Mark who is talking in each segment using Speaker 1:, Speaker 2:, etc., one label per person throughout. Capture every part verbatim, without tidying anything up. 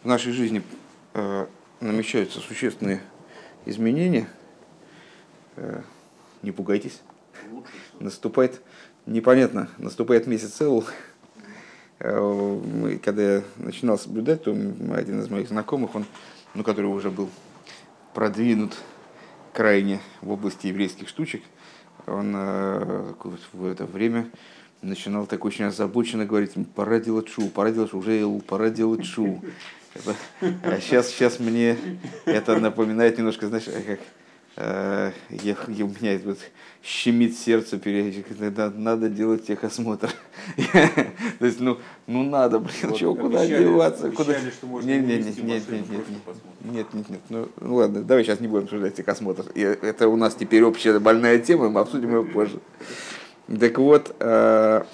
Speaker 1: в нашей жизни э, намечаются существенные изменения. Э, не пугайтесь. Наступает, непонятно, наступает месяц Элул. Э, мы, когда я начинал соблюдать, то один из моих знакомых, он, ну, который уже был продвинут крайне в области еврейских штучек, он э, в это время начинал так очень озабоченно говорить: пора делать шу, пора делать шу, уже Элул, пора делать шу. А сейчас, сейчас мне это напоминает немножко, знаешь, как э, я, я, у меня вот щемит сердце периодически, надо, надо делать техосмотр. То есть, ну, ну надо, блин, вот, чего, куда деваться? Куда... Нет, нет, нет, нет, нет, нет, нет, нет, нет, ну, ну ладно, давай сейчас не будем обсуждать техосмотр. Это у нас теперь общая больная тема, мы обсудим ее позже. Так вот, э,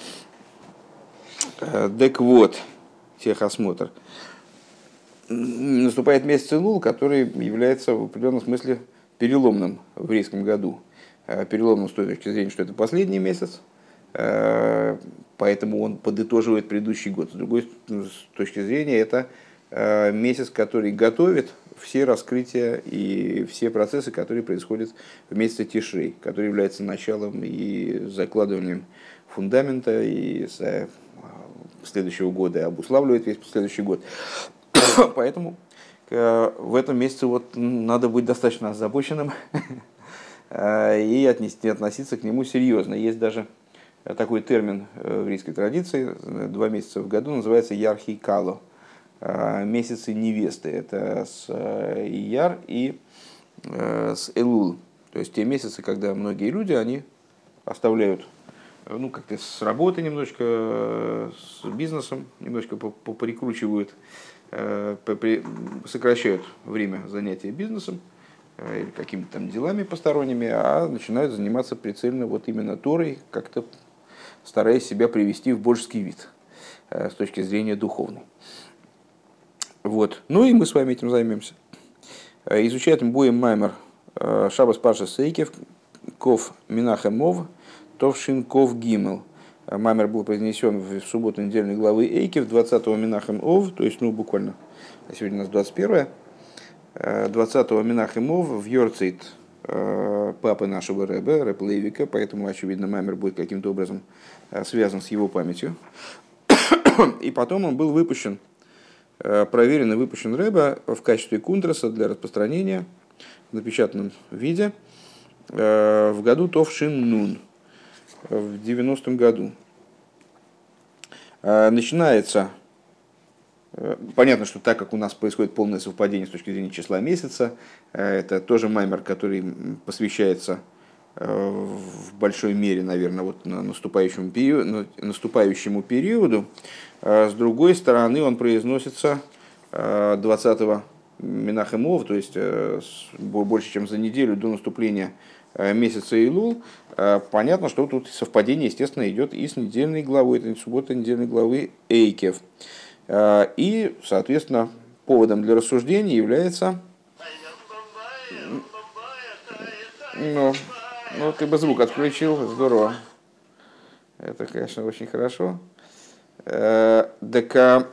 Speaker 1: э, так вот, техосмотр. Наступает месяц Элул, который является в определенном смысле переломным в еврейском году. Переломным с той точки зрения, что это последний месяц, поэтому он подытоживает предыдущий год. С другой точки зрения, это месяц, который готовит все раскрытия и все процессы, которые происходят в месяце Тишрей, который является началом и закладыванием фундамента и следующего года, и обуславливает весь следующий год. Поэтому в этом месяце вот надо быть достаточно озабоченным и отнести, относиться к нему серьезно. Есть даже такой термин в еврейской традиции, два месяца в году, называется Яр-Хей Кало, месяцы невесты. Это с Ияр и с Элул. То есть те месяцы, когда многие люди, они оставляют, ну, как-то с работы немножко, с бизнесом немножко поприкручивают, сокращают время занятия бизнесом или какими-то там делами посторонними, а начинают заниматься прицельно вот именно Торой, как-то стараясь себя привести в божеский вид с точки зрения духовной. Вот. Ну и мы с вами этим займемся. Изучать будем маймер Шабас Парша Сейкев, Ков Минахем Мов, Товшин Ков Гимел. Маймер был произнесен в субботу недельной главы Эйкев, двадцатого Минахем Ов, то есть, ну, буквально, сегодня у нас двадцать первое, двадцатого Минахем Ов в Йорцейт папы нашего Ребе, Реб Лейвика, поэтому, очевидно, маймер будет каким-то образом связан с его памятью. И потом он был выпущен, проверен и выпущен Ребе в качестве кундраса для распространения в напечатанном виде в году Товшин Нун, в девяностом году. Начинается, понятно, что так как у нас происходит полное совпадение с точки зрения числа месяца, это тоже маймер, который посвящается в большой мере, наверное, вот наступающему периоду, наступающему периоду. С другой стороны, он произносится двадцатого Минахем Ов, то есть больше, чем за неделю до наступления месяца Илул. Понятно, что тут совпадение, естественно, идет и с недельной главой, это суббота недельной главы Эйкев. И, соответственно, поводом для рассуждения является... Ну, ну, ты бы звук отключил, здорово. Это, конечно, очень хорошо. Так,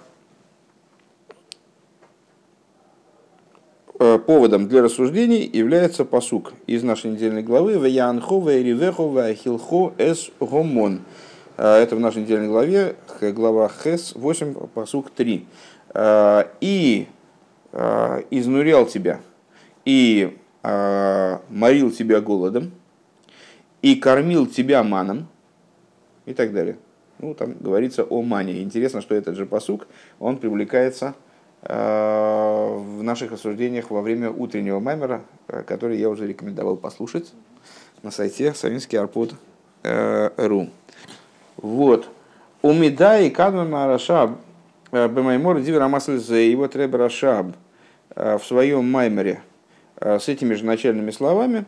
Speaker 1: поводом для рассуждений является пасук из нашей недельной главы «Ваянхо ваэривехо ваахилхо эс гомон». Это в нашей недельной главе, глава Хес восемь, пасук три. «И изнурял тебя, и морил тебя голодом, и кормил тебя маном», и так далее. Ну, там говорится о мане. Интересно, что этот же пасук, он привлекается в наших рассуждениях во время утреннего маймера, который я уже рекомендовал послушать на сайте Савинский Арпод точка ру. Вот. Умида и кадма рашаб бемаймор дивера маслизе, и вот Ребе Рашаб в своем маймере с этими же начальными словами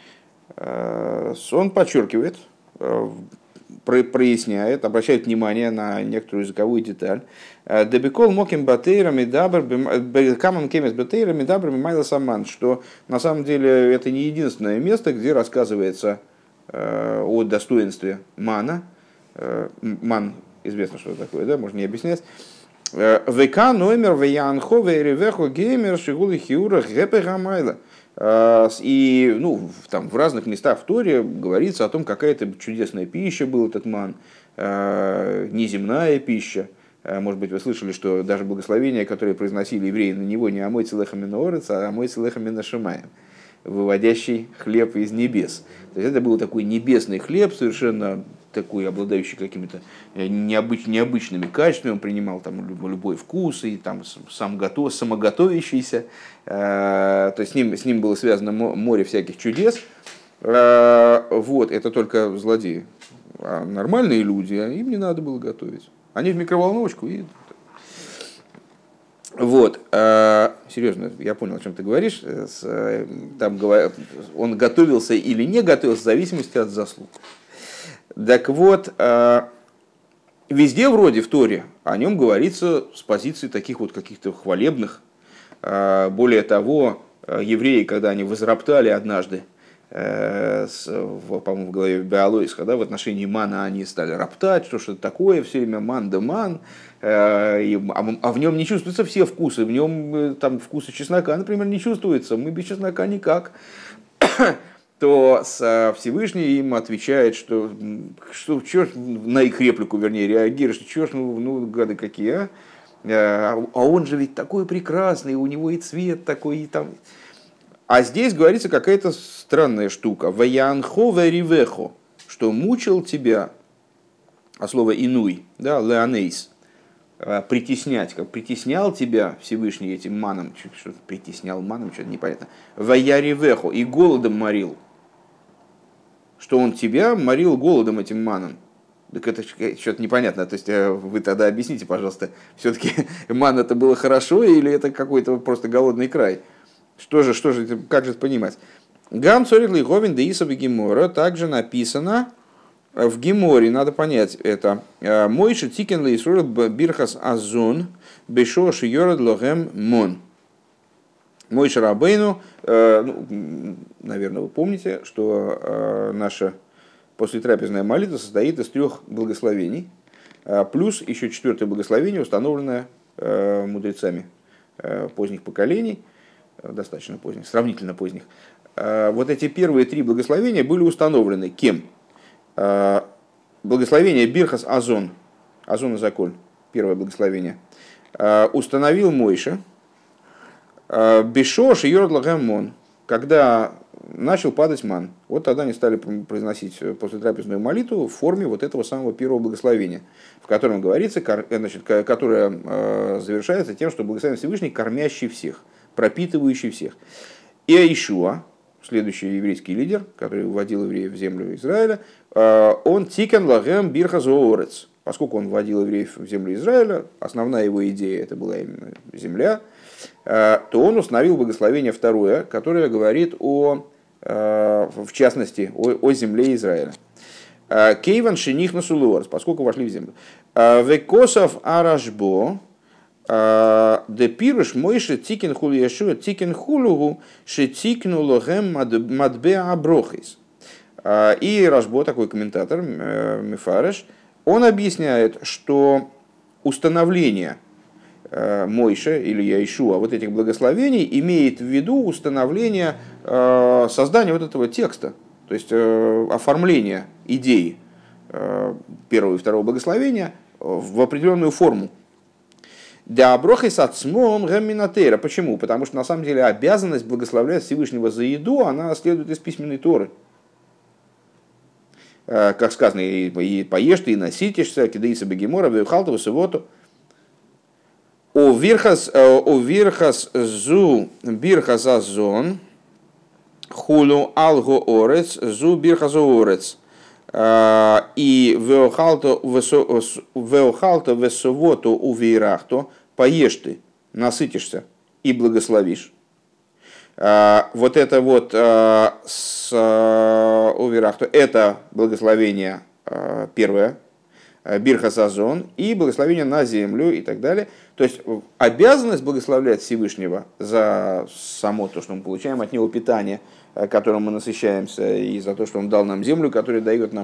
Speaker 1: он подчеркивает, проясняет, обращает внимание на некоторую языковую деталь. Дебикол моким батейрами дабр камам кемес батейрами дабр маймайла саман, что на самом деле это не единственное место, где рассказывается о достоинстве мана. Ман, известно, что это такое, да, можно не объяснять. ВК номер Ваянхо Веревехо Геймер Шигулы Хиура Гэпэ Гамайла. И ну, там, в разных местах в Торе говорится о том, какая это чудесная пища был этот ман, неземная пища. Может быть, вы слышали, что даже благословения, которые произносили евреи на него, не «Амой целеха мин орец», а «Амой целеха мин шамаим», выводящий хлеб из небес. То есть это был такой небесный хлеб, совершенно такой, обладающий какими-то необыч, необычными качествами, он принимал там любой вкус и там сам готов, самоготовящийся. То есть с ним, с ним было связано море всяких чудес. Вот, это только злодеи. А нормальные люди, им не надо было готовить. Они в микроволновочку и... Вот, серьезно, я понял, о чем ты говоришь. Там он готовился или не готовился в зависимости от заслуг. Так вот, везде вроде в Торе о нем говорится с позиции таких вот каких-то хвалебных. Более того, евреи, когда они возроптали однажды, по-моему, в главе Беалойсха, да, в отношении мана они стали роптать, что что-то такое, все время ман да ман, а в нем не чувствуются все вкусы, в нем там вкусы чеснока, например, не чувствуется, мы без чеснока никак. То Всевышний им отвечает, что, что черт, на их реплику, вернее, реагирует, что черт, ну, ну гады какие, а? А он же ведь такой прекрасный, у него и цвет такой, и там... А здесь говорится какая-то странная штука. «Ваянхо варивехо», что мучил тебя, а слово «инуй», да, «леонейс», притеснять, как притеснял тебя Всевышний этим маном, что-то притеснял маном, что-то непонятно. «Ваяривехо», и голодом морил, что он тебя морил голодом этим маном. Так это что-то непонятно. То есть вы тогда объясните, пожалуйста, все-таки ман это было хорошо или это какой-то просто голодный край? Что же, что же, как же это понимать? Гам цорит лиховин деисов гемора также написано в геморе, надо понять это. Мойши тикен лейсур бирхас азон бешош йорад лохем мон. Мойши рабейну, ну, наверное, вы помните, что наша послетрапезная молитва состоит из трех благословений, плюс еще четвертое благословение, установленное мудрецами поздних поколений, достаточно поздних, сравнительно поздних. Вот эти первые три благословения были установлены кем? Благословение Бирхас Азон, Азон и Заколь, первое благословение, установил Мойша Бешош и Йорд Лахем Мон, когда начал падать ман. Вот тогда они стали произносить послетрапезную молитву в форме вот этого самого первого благословения, в котором говорится, значит, которое завершается тем, что благословен Всевышний, кормящий всех, пропитывающий всех. И Аишуа, следующий еврейский лидер, который вводил евреев в землю Израиля, он тикен лагем бирхас оорец. Поскольку он вводил евреев в землю Израиля, основная его идея это была именно земля, то он установил благословение второе, которое говорит о, в частности, о, о земле Израиля. Кейван шених насулуарс, поскольку вошли в землю. Векосов арашбо, де пируш мойше тикен хулиешуа тикен хулугу шетикну лохем мадбе аброхис. И Рашбо, такой комментатор, Мефареш, он объясняет, что установление Мойше или Яишуа вот этих благословений имеет в виду установление создания вот этого текста, то есть оформление идеи первого и второго благословения в определенную форму. Для Аброхис ацмон гаминатера. Почему? Потому что на самом деле обязанность благословлять Всевышнего за еду, она следует из письменной Торы. Как сказано, и поешь ты, и наситишься, кидаиса бегемора, веухалтова сывоту. О вирхас зу бирхас азон, хулу алго орец, зу бирхас орец. И веухалта весовоту увейрахто, поешь ты, насытишься и благословишь. Вот это вот с увейрахто, это благословение первое, бирхас азон, и благословение на землю и так далее. То есть обязанность благословлять Всевышнего за само то, что мы получаем от него питание, которым мы насыщаемся, и за то, что он дал нам землю, которая дает нам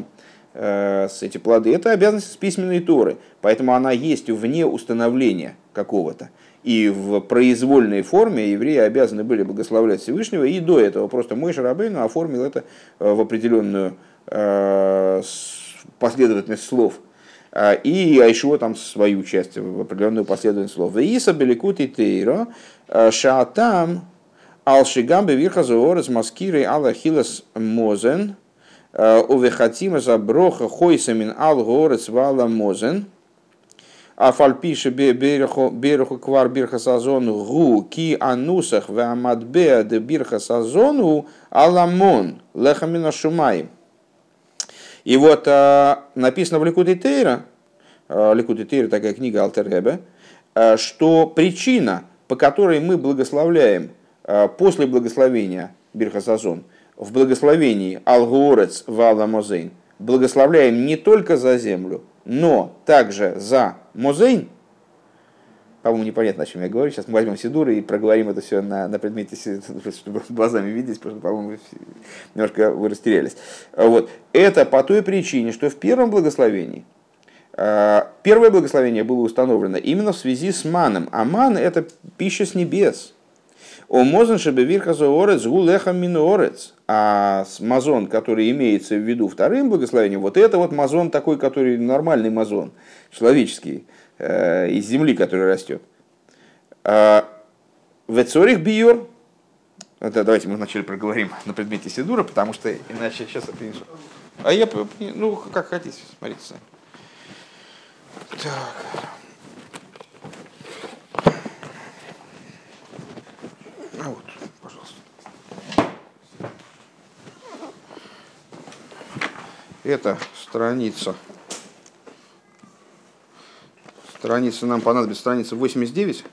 Speaker 1: э, эти плоды, это обязанность с письменной Торы. Поэтому она есть вне установления какого-то. И в произвольной форме евреи обязаны были благословлять Всевышнего, и до этого просто Моше Рабейну оформил это в определенную э, последовательность слов. И Айшуа там свою часть в определенную последовательность слов. Веиса беликут и тейро шаатам алшигам бевирха зоорес маскиры алахилас мозен увехатима заброха хойсамин алгорец вала мозен. А фальпише беруху квар бирха сазону гу ки анусах в амадбеа де бирха сазону аламон лехамина шумай. И вот написано в Ликутей Тейра, Ликутей Тейра такая книга Алтер Ребе, что причина, по которой мы благословляем после благословения бирха сазон, в благословении Алгорец Вала Мозейн, благословляем не только за землю, но также за Мозейн. По-моему, непонятно, о чем я говорю. Сейчас мы возьмем Сидур и проговорим это все на, на предмете, чтобы глазами видеть, потому что, по-моему, немножко вы растерялись. Вот. Это по той причине, что в первом благословении, первое благословение было установлено именно в связи с маном. А ман – это пища с небес. О мозон шебевирха зоорец гу лехам минуорец. А мазон, который имеется в виду вторым благословением, вот это вот мазон такой, который нормальный мазон, человеческий, э, из земли, который растет. Вецорих биор. Это давайте мы вначале проговорим на предмете Сидура, потому что иначе сейчас я принесу. А я, ну, как хотите, смотрите сами. Так. А вот, пожалуйста. Это страница. Страница нам понадобится, страница восемьдесят девять.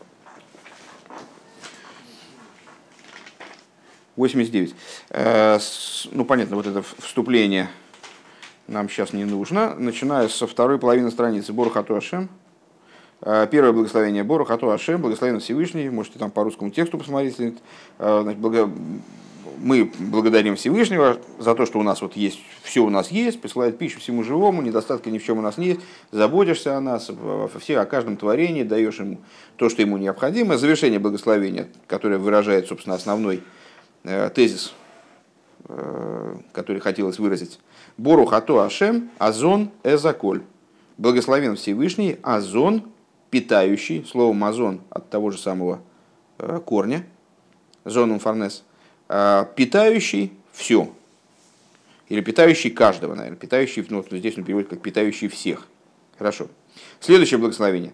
Speaker 1: восемьдесят девять. Э, с, ну, понятно, вот это вступление нам сейчас не нужно. Начиная со второй половины страницы. Борух ато Ашем. Первое благословение Борух ато Ашем, благословен Всевышний. Можете там по русскому тексту посмотреть. Значит, благо... Мы благодарим Всевышнего за то, что у нас вот есть, все у нас есть, присылает пищу всему живому, недостатка ни в чем у нас нет, заботишься о нас, все, о каждом творении, даешь ему то, что ему необходимо. Завершение благословения, которое выражает, собственно, основной э, тезис, э, который хотелось выразить. Борух ато Ашем, азон эзаколь. Благословен Всевышний, азон, питающий, словом азон от того же самого э, корня, зонум фарнес, питающий все. Или питающий каждого, наверное. Питающий, ну, здесь он переводит как питающий всех. Хорошо. Следующее благословение.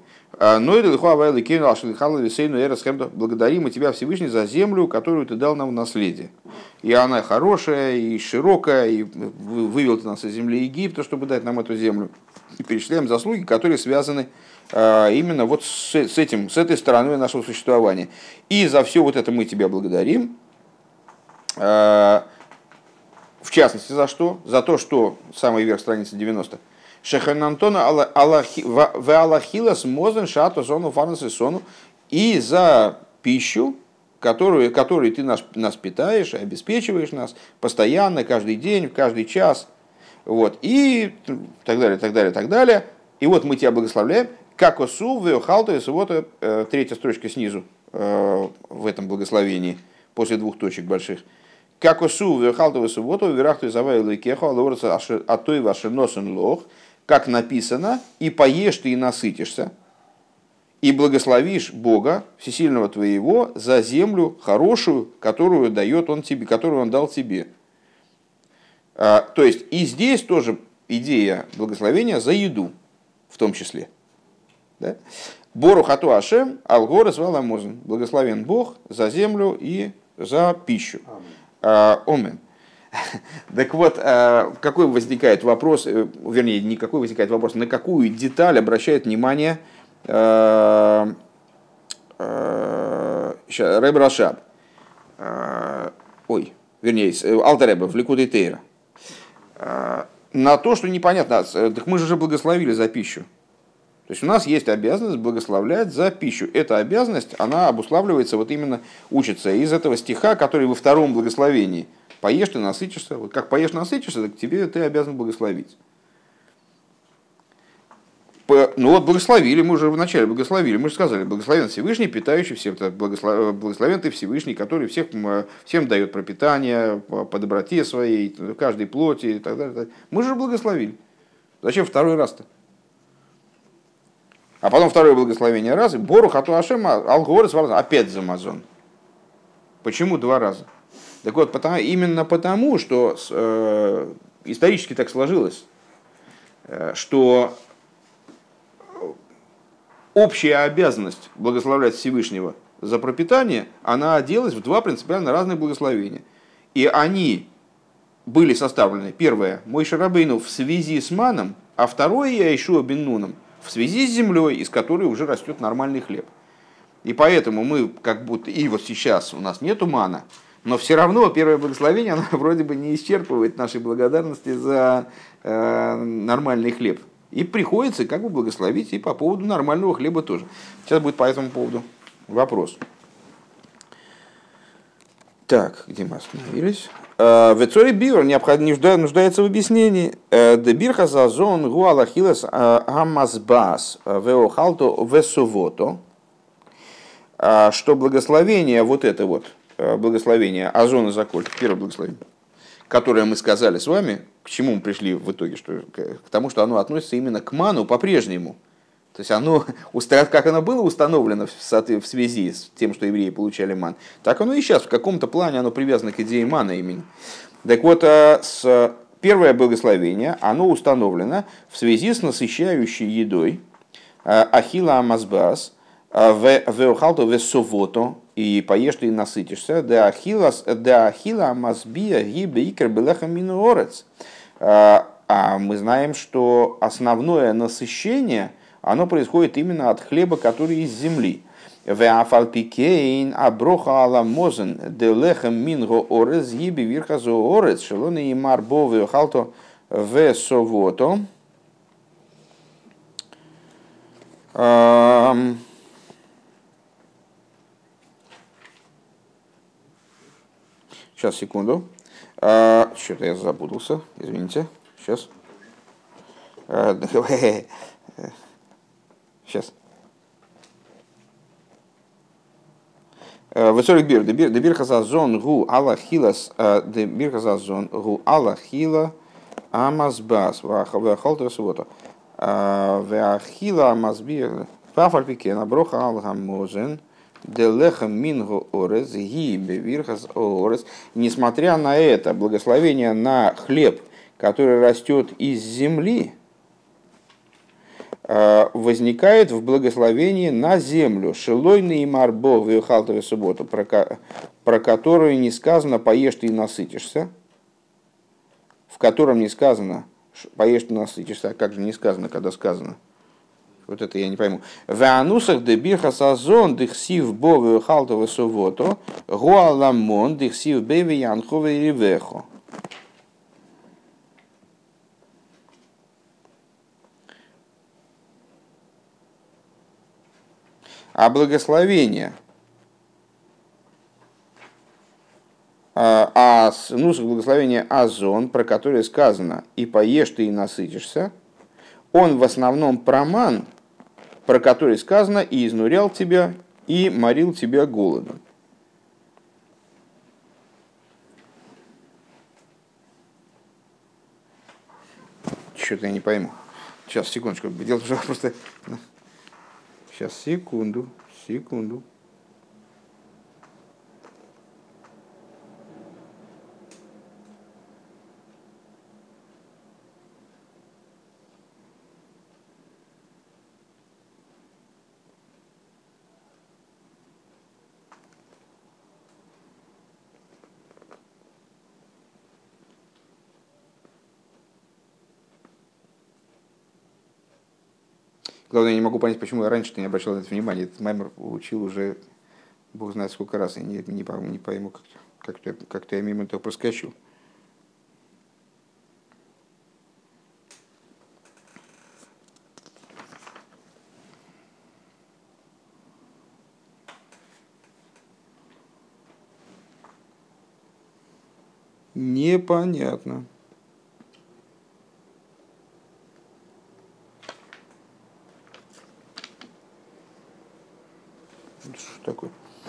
Speaker 1: Благодарим мы тебя, Всевышний, за землю, которую ты дал нам в наследие. И она хорошая, и широкая, и вывел ты нас из земли Египта, чтобы дать нам эту землю. И перечисляем заслуги, которые связаны именно вот с этим, с этой стороной нашего существования. И за все вот это мы тебя благодарим. В частности, за что? За то, что, самый верх страницы девяносто, Шеханантона Аллахилас Мозен Шату Зону Фарнес и Сону, и за пищу, которую, которой ты нас, нас питаешь, обеспечиваешь нас постоянно, каждый день, каждый час, вот, и так далее, так далее, так далее. И вот мы тебя благословляем, как осу веохалтуес, вот третья строчка снизу в этом благословении, после двух точек больших. Как осу веохалтуес, вот уверахту изавай лейкеху, алорца атой ваши носен лох, как написано, и поешь ты и насытишься, и благословишь Бога, всесильного твоего, за землю хорошую, которую дает он тебе, которую он дал тебе. А, то есть и здесь тоже идея благословения за еду, в том числе. Да? Борух ато Ашем, алгорес валамозен. Благословен Бог за землю и за пищу. Омен. Так вот, какой возникает вопрос, вернее, не какой возникает вопрос, на какую деталь обращает внимание Реб Рашаб, ой, вернее, Алтер Ребе в Ликутей Тейра, на то, что непонятно, так мы же уже благословили за пищу. То есть у нас есть обязанность благословлять за пищу. Эта обязанность, она обуславливается, вот именно учится из этого стиха, который во втором благословении Поешь, ты насытишься. Вот как поешь, насытишься, так тебе ты обязан благословить. Ну вот благословили, мы уже вначале благословили, мы же сказали, благословен Всевышний, питающий всем, благословен ты Всевышний, который всех, всем дает пропитание по доброте своей, каждой плоти и так далее. Мы же благословили. Зачем второй раз-то? А потом второе благословение раз, и Борух Ату Ашема Алгорес опять за Амазон. Почему два раза? Так вот, потому, именно потому, что э, исторически так сложилось, э, что общая обязанность благословлять Всевышнего за пропитание, она оделась в два принципиально разных благословения. И они были составлены, первое, Мойше Рабейну в связи с маном, а второе, Яишуа бен Нуном, в связи с землей, из которой уже растет нормальный хлеб. И поэтому мы как будто, и вот сейчас у нас нету мана, но все равно первое благословение, оно вроде бы не исчерпывает нашей благодарности за э, нормальный хлеб. И приходится как бы благословить и по поводу нормального хлеба тоже. Сейчас будет по этому поводу вопрос. Так, где мы остановились? Вецори бивер необходимо нуждается в объяснении. Дебирха зазон гуалахилас амазбас веохалто весувото. Что благословение, вот это вот, благословение Азона Заколь, первое благословение, которое мы сказали с вами, к чему мы пришли в итоге, что, к тому, что оно относится именно к ману по-прежнему. То есть оно, как оно было установлено в связи с тем, что евреи получали ман, так оно и сейчас в каком-то плане оно привязано к идее мана именно. Так вот, с первое благословение, оно установлено в связи с насыщающей едой Ахила Амазбас, Веохалто весовото, и поешь ты и насытишься, да ахила Амазбия гибе белеха минуорец. А мы знаем, что основное насыщение, оно происходит именно от хлеба, который из земли. Веафалпикейн аброха аламозен делехем минго орез гибе вирхазо орец шелоны и марбо веохалто весовото. Сейчас, секунду. Что-то я запутался, извините. Сейчас. Сейчас. Высорик бир. Дебир хазазон гу аллахилас. Дебир хазазон гу аллахила амазбас. Вахалтер суббота. Вахила амазбир. Пафальпике наброха алгамозен. Делехам минго орез ги бевирхас орез. Несмотря на это, благословение на хлеб, который растет из земли, возникает в благословении на землю. Шелойный и марбо веохалтовая суббота, про которую не сказано «поешь ты и насытишься», в котором не сказано «поешь ты и насытишься», а как же не сказано, когда сказано? Вот это я не пойму. В анусах дебирха сазон дихсив бове халтове сувото гуаламон дихсив беве янхове ривехо. А благословение, а, а нусах благословения Азон, про которое сказано «и поешь ты и насытишься», он в основном про ман, про который сказано «и изнурял тебя, и морил тебя голодом». Что-то я не пойму. Сейчас, секундочку. Дело в том, что просто... Сейчас, секунду, секунду. Главное, я не могу понять, почему я раньше не обращал на это внимание. Этот маймер учил уже, бог знает сколько раз. Я не, не, пойму, не пойму, как, как-то, как-то я мимо этого проскочил. Непонятно. Что такое?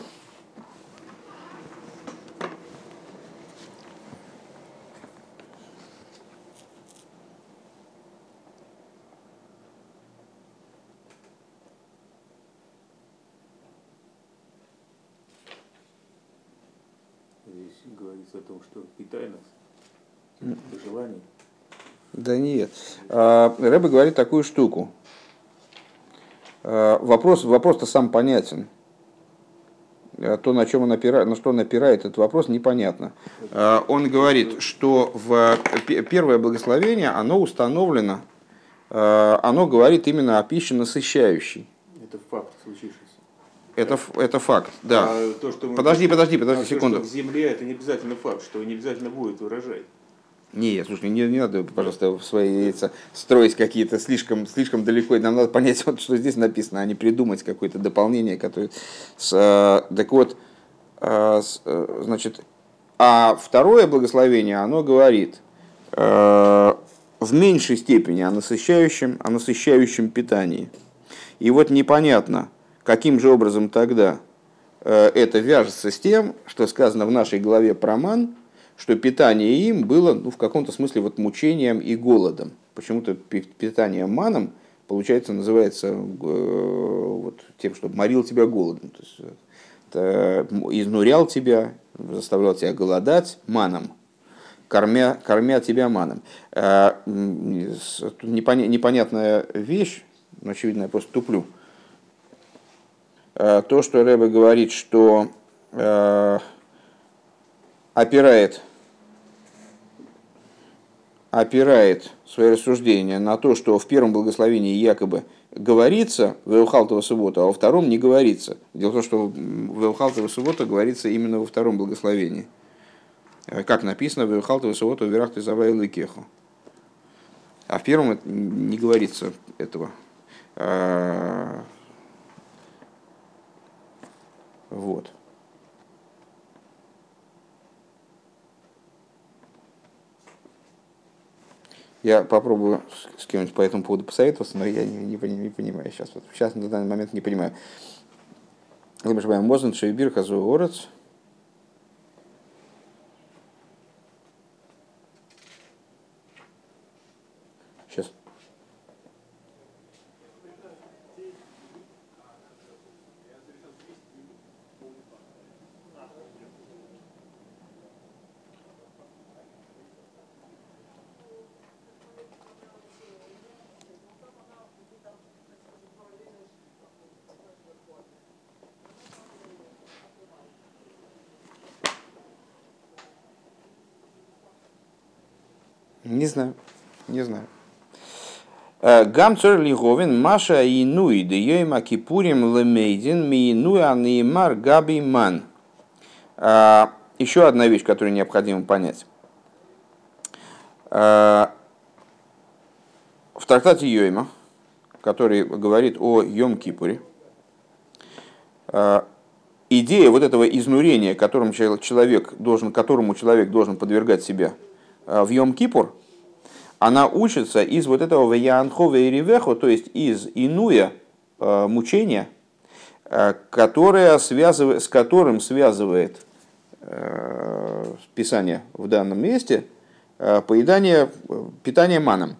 Speaker 2: Здесь говорится о том, что питай нас по желанию.
Speaker 1: Да нет. Рэбе говорит такую штуку. Вопрос, вопрос-то сам понятен. То, на, чем он опирает, на что он опирает, этот вопрос непонятно. Он говорит, что в первое благословение, оно установлено, оно говорит именно о пище насыщающей.
Speaker 2: Это факт случившийся.
Speaker 1: Это, это факт, да.
Speaker 2: А то, что мы
Speaker 1: подожди, подожди, подожди
Speaker 2: а
Speaker 1: секунду.
Speaker 2: То, что в земле, это не обязательно факт, что не обязательно будет урожай.
Speaker 1: Не, слушай, не, не надо, пожалуйста, в свои яйца строить какие-то слишком, слишком далеко. Нам надо понять, вот, что здесь написано, а не придумать какое-то дополнение, которое... С, э, так вот, э, с, э, значит, а второе благословение, оно говорит э, в меньшей степени о насыщающем, о насыщающем питании. И вот непонятно, каким же образом тогда э, это вяжется с тем, что сказано в нашей главе про ман, что питание им было, ну, в каком-то смысле вот мучением и голодом. Почему-то питание маном, получается, называется э, вот, тем, что морил тебя голодом. То есть, это, изнурял тебя, заставлял тебя голодать маном, кормя, кормя тебя маном. Э, непоня, непонятная вещь, но, очевидно, я просто туплю. Э, то, что Рэбе говорит, что э, опирает, опирает свои рассуждения на то, что в первом благословении якобы говорится в Эухалтова суббота, а во втором не говорится. Дело в том, что в Эухалтова суббота говорится именно во втором благословении. Как написано в Эухалтова суббота «Верах ты завай лыкеху». А в первом не говорится этого. Вот. Я попробую с кем-нибудь по этому поводу посоветоваться, но я не, не, не понимаю сейчас. Вот сейчас на данный момент не понимаю. Мозен Шейбир Хазу Орец. Сейчас. Не знаю, не знаю. Гамцер Лиговин, Маша Инуи, Дейма Кипурим Лемейдин, Миинуи Анеймар Габи Ман. Еще одна вещь, которую необходимо понять. В трактате Йойма, который говорит о Йом-Кипуре, идея вот этого изнурения, которым человек должен, которому человек должен подвергать себя в Йом-Кипур, она учится из вот этого ваянхова и ривехо, то есть из инуя, мучения, которое связывает, с которым связывает Писание в данном месте поедание, питание маном.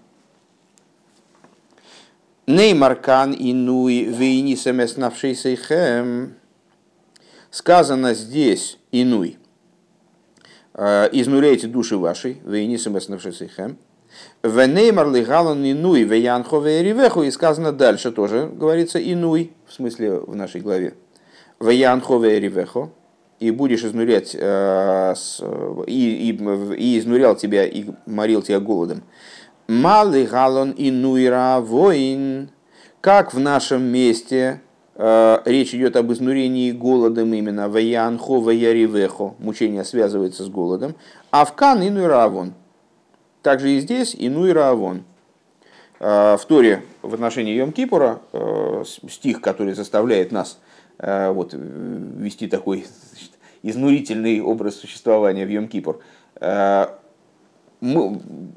Speaker 1: Неймаркан инуй вейни семеснавшийсейхэм. Сказано здесь инуй. Изнуряйте души вашей, вейни семеснавшийсейхэм. Венеймар лигалан инуй веянхове ривеху. И сказано дальше тоже, говорится инуй, в смысле в нашей главе. Веянхове ривеху. И будешь изнурять, и, и, и изнурял тебя, и морил тебя голодом. Малый галон инуира воин. Как в нашем месте э, речь идет об изнурении голодом именно. Ваянхо ваяривехо. Мучение связывается с голодом. А в кан инуира авон. Также и здесь инуира авон. Э, в Торе в отношении Йом-Кипура э, стих, который заставляет нас э, вот, вести такой, значит, изнурительный образ существования в Йом-Кипур. Мы,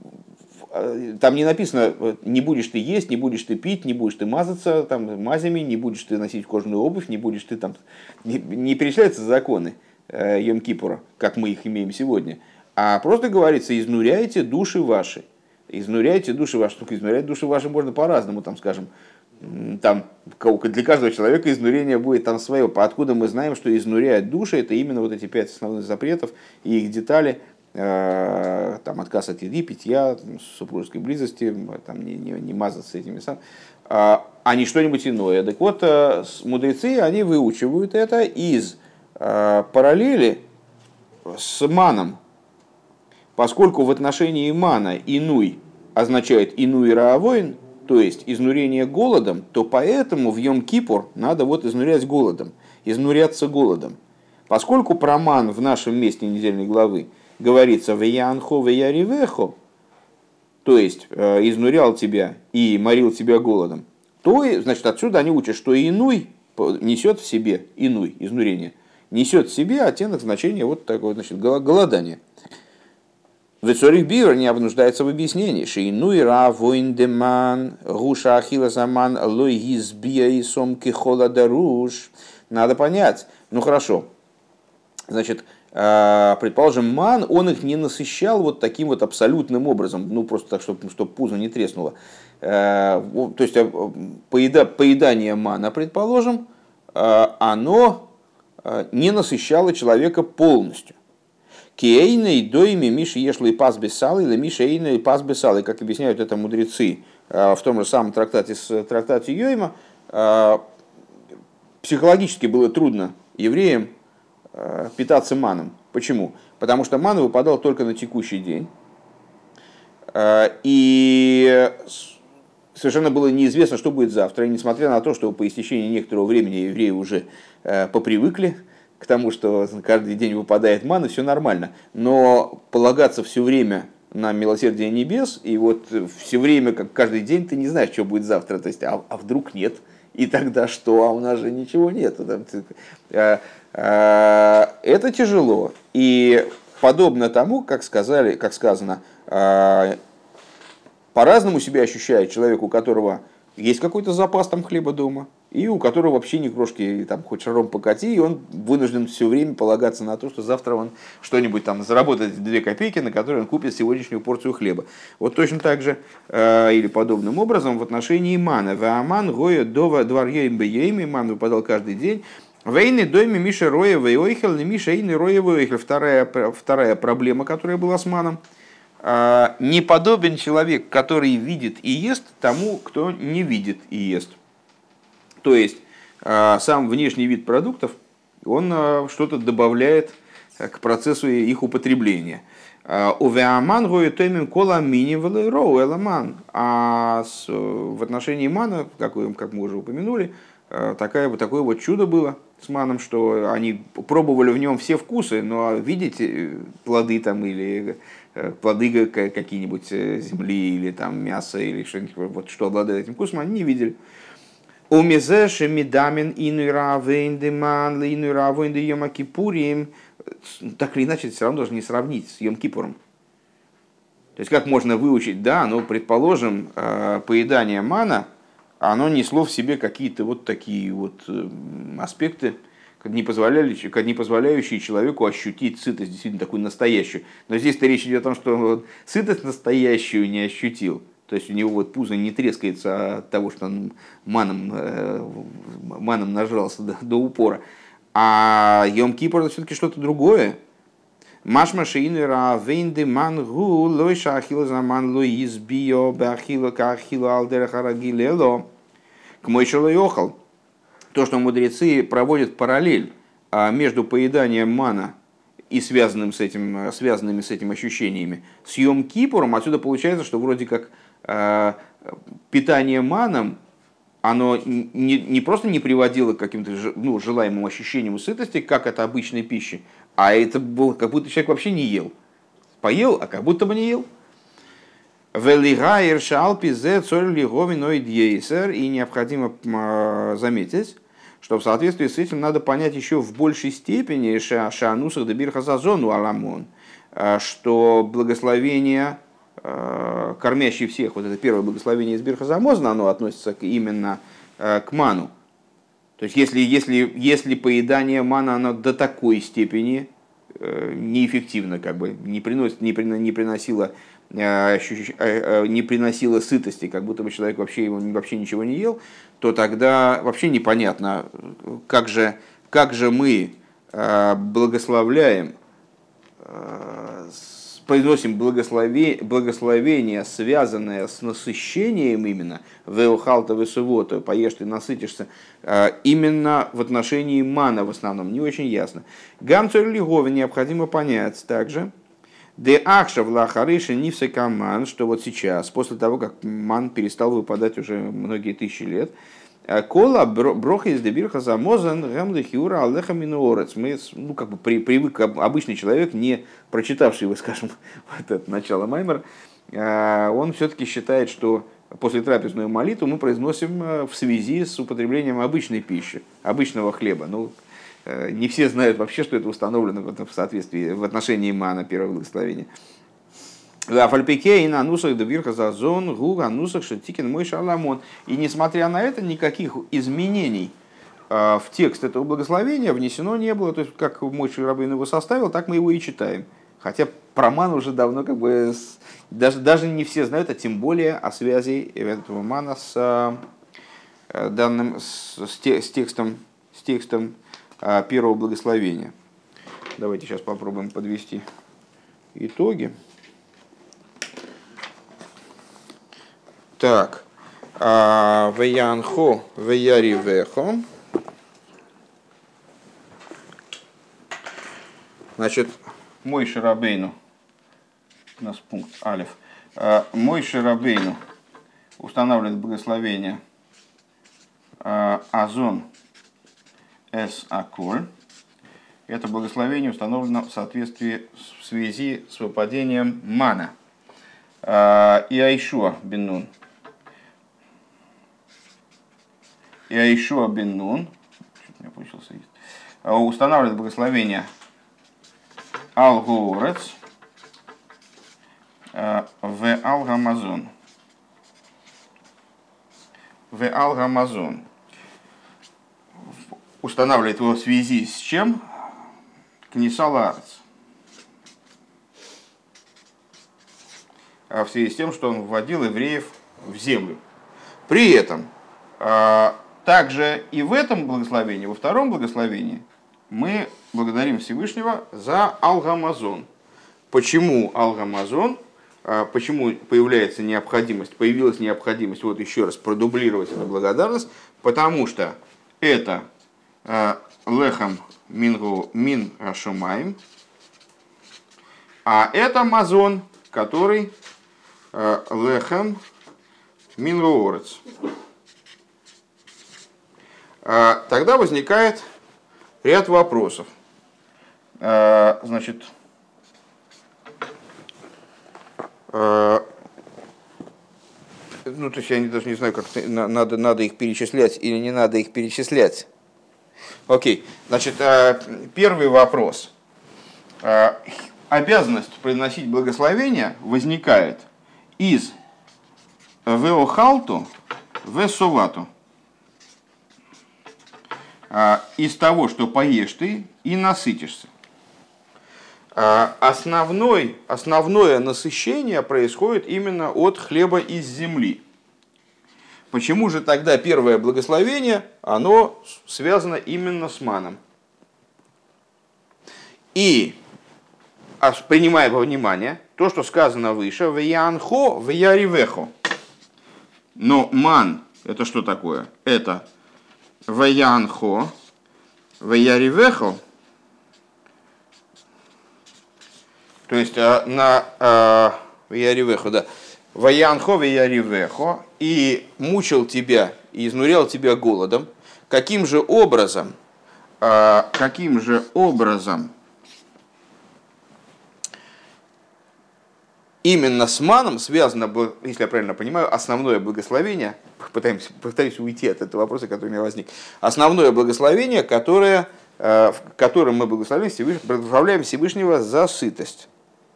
Speaker 1: там не написано, не будешь ты есть, не будешь ты пить, не будешь ты мазаться там, мазями, не будешь ты носить кожаную обувь, не будешь ты там... Не, не перечисляются законы э, Йом-Кипура, как мы их имеем сегодня, а просто говорится, изнуряйте души ваши. Изнуряйте души ваши. Только изнурять души ваши можно по-разному, там, скажем. Там, для каждого человека изнурение будет там свое. Откуда мы знаем, что изнуряет души, это именно вот эти пять основных запретов и их детали. Там, отказ от еды, питья, супружеской близости, там, не, не, не мазаться этими самыми, а, а не что-нибудь иное. Так вот, мудрецы, они выучивают это из а, параллели с маном, поскольку в отношении мана инуй означает инуй раавоин, то есть изнурение голодом, то поэтому в Йом-Кипур надо вот изнурять голодом, изнуряться голодом. Поскольку про ман в нашем месте недельной главы говорится «веянхо веяривехо», то есть э, изнурял тебя и морил тебя голодом, то, значит, отсюда они учат, что инуй несет в себе, инуй, изнурение, несет в себе оттенок значения вот такого, значит, голодания. Вецорих бир не нуждается в объяснении. Шейнуй ра воиндеман гуша ахиласаман лой гизбия и сомки холодаруш. Надо понять. Ну хорошо. Значит, предположим, ман, он их не насыщал вот таким вот абсолютным образом, ну просто так, чтобы, чтобы пузо не треснуло. То есть поеда, поедание мана, предположим, оно не насыщало человека полностью. Кейной дойми миши ешлый пас бесал или миши эйной пас бесал, и как объясняют это мудрецы в том же самом трактате с трактате Йойма, психологически было трудно евреям питаться маном. Почему? Потому что ман выпадал только на текущий день. И совершенно было неизвестно, что будет завтра. И несмотря на то, что по истечении некоторого времени евреи уже попривыкли к тому, что каждый день выпадает ман, и все нормально. Но полагаться все время на милосердие небес, и вот все время, как каждый день, ты не знаешь, что будет завтра. То есть, а, а вдруг нет? И тогда что? А у нас же ничего нет. Это тяжело. И подобно тому, как, сказали, как сказано, по-разному себя ощущает человек, у которого есть какой-то запас там хлеба дома, и у которого вообще ни крошки, там, хоть шаром покати, и он вынужден все время полагаться на то, что завтра он что-нибудь там заработает две копейки, на которые он купит сегодняшнюю порцию хлеба. Вот точно так же, э, или подобным образом, в отношении мана. Вааман гоя дова дварьем беем, ман выпадал каждый день. Вейны дойми Миша роя вейохел, не Миша эйны роя вейохел. Вторая, вторая проблема, которая была с маном. Не подобен человек, который видит и ест, тому, кто не видит и ест. То есть, сам внешний вид продуктов, он что-то добавляет к процессу их употребления. А в отношении мана, как мы уже упомянули, такое, такое вот чудо было с маном, что они пробовали в нем все вкусы, но видеть плоды там или плоды какие-нибудь земли или там мясо или что-нибудь, вот, что обладает этим вкусом, они не видели. Так или иначе, это все равно даже не сравнить с Йом-Кипуром. То есть, как можно выучить, да, ну, предположим, поедание мана, оно несло в себе какие-то вот такие вот аспекты, не позволяющие, не позволяющие человеку ощутить сытость, действительно такую настоящую. Но здесь-то речь идет о том, что он сытость настоящую не ощутил. То есть у него вот пузо не трескается от того, что он маном, маном нажрался до, до упора. А Йом-Кипур это все-таки что-то другое. Машма шейнера венды мангу лойша ахилла заман лой избио бахилла кахилла алдерахарагилело к мойшело йохал. То, что мудрецы проводят параллель между поеданием мана и связанным с этим, связанными с этим ощущениями с Йом-Кипуром, отсюда получается, что вроде как питание маном, оно не, не просто не приводило к каким-то ну, желаемым ощущениям сытости, как от обычной пищи, а это было, как будто человек вообще не ел. Поел, а как будто бы не ел. И необходимо заметить, что в соответствии с этим надо понять еще в большей степени шаанусах дебир хазазону аламон, что благословение, кормящее всех, вот это первое благословение из Бирха Замозана, оно относится именно к ману. То есть если, если, если поедание мана оно до такой степени неэффективно, как бы, не, приносит, не, не, приносило, не приносило сытости, как будто бы человек вообще, вообще ничего не ел, то тогда вообще непонятно, как же, как же мы благословляем, произносим благословение, благословение, связанное с насыщением именно, «Веухалта весувото», «поешь ты, насытишься», именно в отношении мана в основном, не очень ясно. Гамцер Лигови необходимо понять также, «Де ахша влахарыша нивсекаман», что вот сейчас, после того, как ман перестал выпадать уже многие тысячи лет, «Кола броха из дебирха замозан гамдахиура алеха минуорец». Мы, ну, как бы при, привык, обычный человек, не прочитавший его, скажем, вот это начало Маймер, он все-таки считает, что после трапезную молитву мы произносим в связи с употреблением обычной пищи, обычного хлеба. Ну, не все знают вообще, что это установлено в соответствии, в отношении мана, первого благословения. И несмотря на это, никаких изменений в текст этого благословения внесено не было. То есть, как Моше Рабейну его составил, так мы его и читаем. Хотя про ман уже давно как бы даже, даже не все знают, а тем более о связи этого мана с данным с, с текстом, с текстом первого благословения. Давайте сейчас попробуем подвести итоги. Так, веянхо веяривехо. Значит, Моше Рабейну, у нас пункт алеф, Моше Рабейну устанавливает благословение Азон эс аколь. Это благословение установлено в соответствии в связи с выпадением мана. И Айшуа бен Нун. И Айшуа бен Нун устанавливает благословение Ал-Гоорец в Ал-Гамазон. В Ал-Гамазон. Устанавливает его в связи с чем? Книса лаарец. В связи с тем, что он вводил евреев в землю. При этом, также и в этом благословении, во втором благословении, мы благодарим Всевышнего за Ал-Гамазон. Почему Ал-Гамазон? Почему появляется необходимость, появилась необходимость, вот еще раз, продублировать эту благодарность? Потому что это лехам мингу мин ашумаим, а это мазон, который лехам мингу орец. Тогда возникает ряд вопросов. Значит, ну, то есть я даже не знаю, как надо, надо их перечислять или не надо их перечислять. Окей, значит, первый вопрос. Обязанность произносить благословение возникает из веохалту весовату. Из того, что поешь ты и насытишься. Основной, основное насыщение происходит именно от хлеба из земли. Почему же тогда первое благословение, оно связано именно с маном? И, принимая во внимание то, что сказано выше, «Веянхо веяривехо». Но ман, это что такое? Это «Веянхо веяривехо». То есть на «Веяривехо», да. «Ваянхо веяривехо» и мучил тебя, и изнурял тебя голодом. Каким же образом, каким же образом именно с маном связано, если я правильно понимаю, основное благословение, пытаемся, пытаюсь уйти от этого вопроса, который у меня возник, основное благословение, которое, в котором мы благословляем Всевышнего, благословляем Всевышнего за сытость.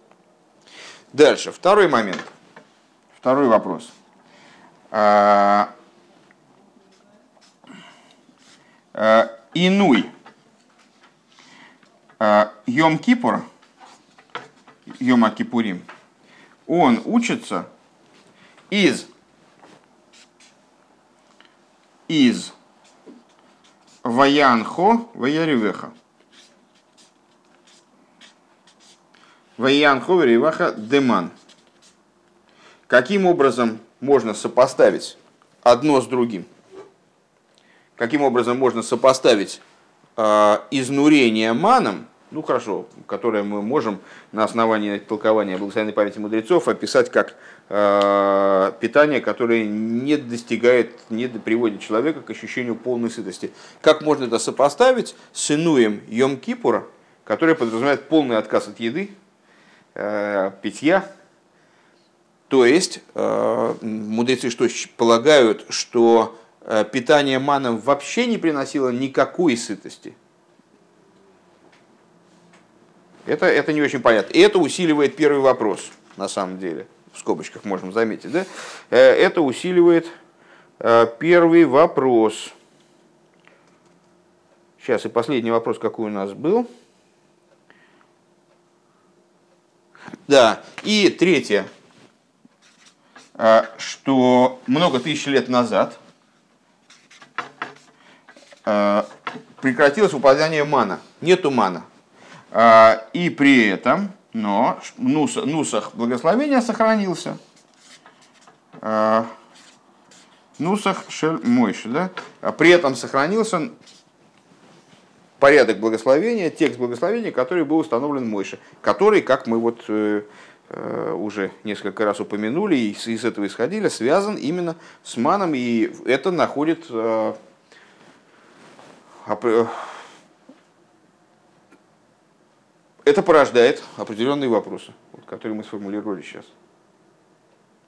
Speaker 1: Дальше, второй момент. Второй вопрос. А, а, инуй. А, Йом-Кипур, Йом-Кипурим, он учится из, из Ваянхо Ваяревеха. Ваянхо Ваяревеха Деман. Каким образом можно сопоставить одно с другим? Каким образом можно сопоставить э, изнурение маном, ну хорошо, которое мы можем на основании толкования благословенной памяти мудрецов описать как э, питание, которое не достигает, не приводит человека к ощущению полной сытости. Как можно это сопоставить с инуем Йом-Кипура, который подразумевает полный отказ от еды, э, питья? То есть э, мудрецы что полагают, что э, питание маном вообще не приносило никакой сытости. Это, это не очень понятно. И это усиливает первый вопрос, на самом деле. В скобочках можем заметить. Да? Э, это усиливает э, первый вопрос. Сейчас, и последний вопрос, какой у нас был. Да, и третье. Что много тысяч лет назад прекратилось выпадание мана. Нету мана. И при этом, но нусах благословения сохранился. Нусах шель мойши, да? При этом сохранился порядок благословения, текст благословения, который был установлен Мойше, который, как мы вот уже несколько раз упомянули и из этого исходили, связан именно с маном, и это находит, это порождает определенные вопросы, которые мы сформулировали сейчас.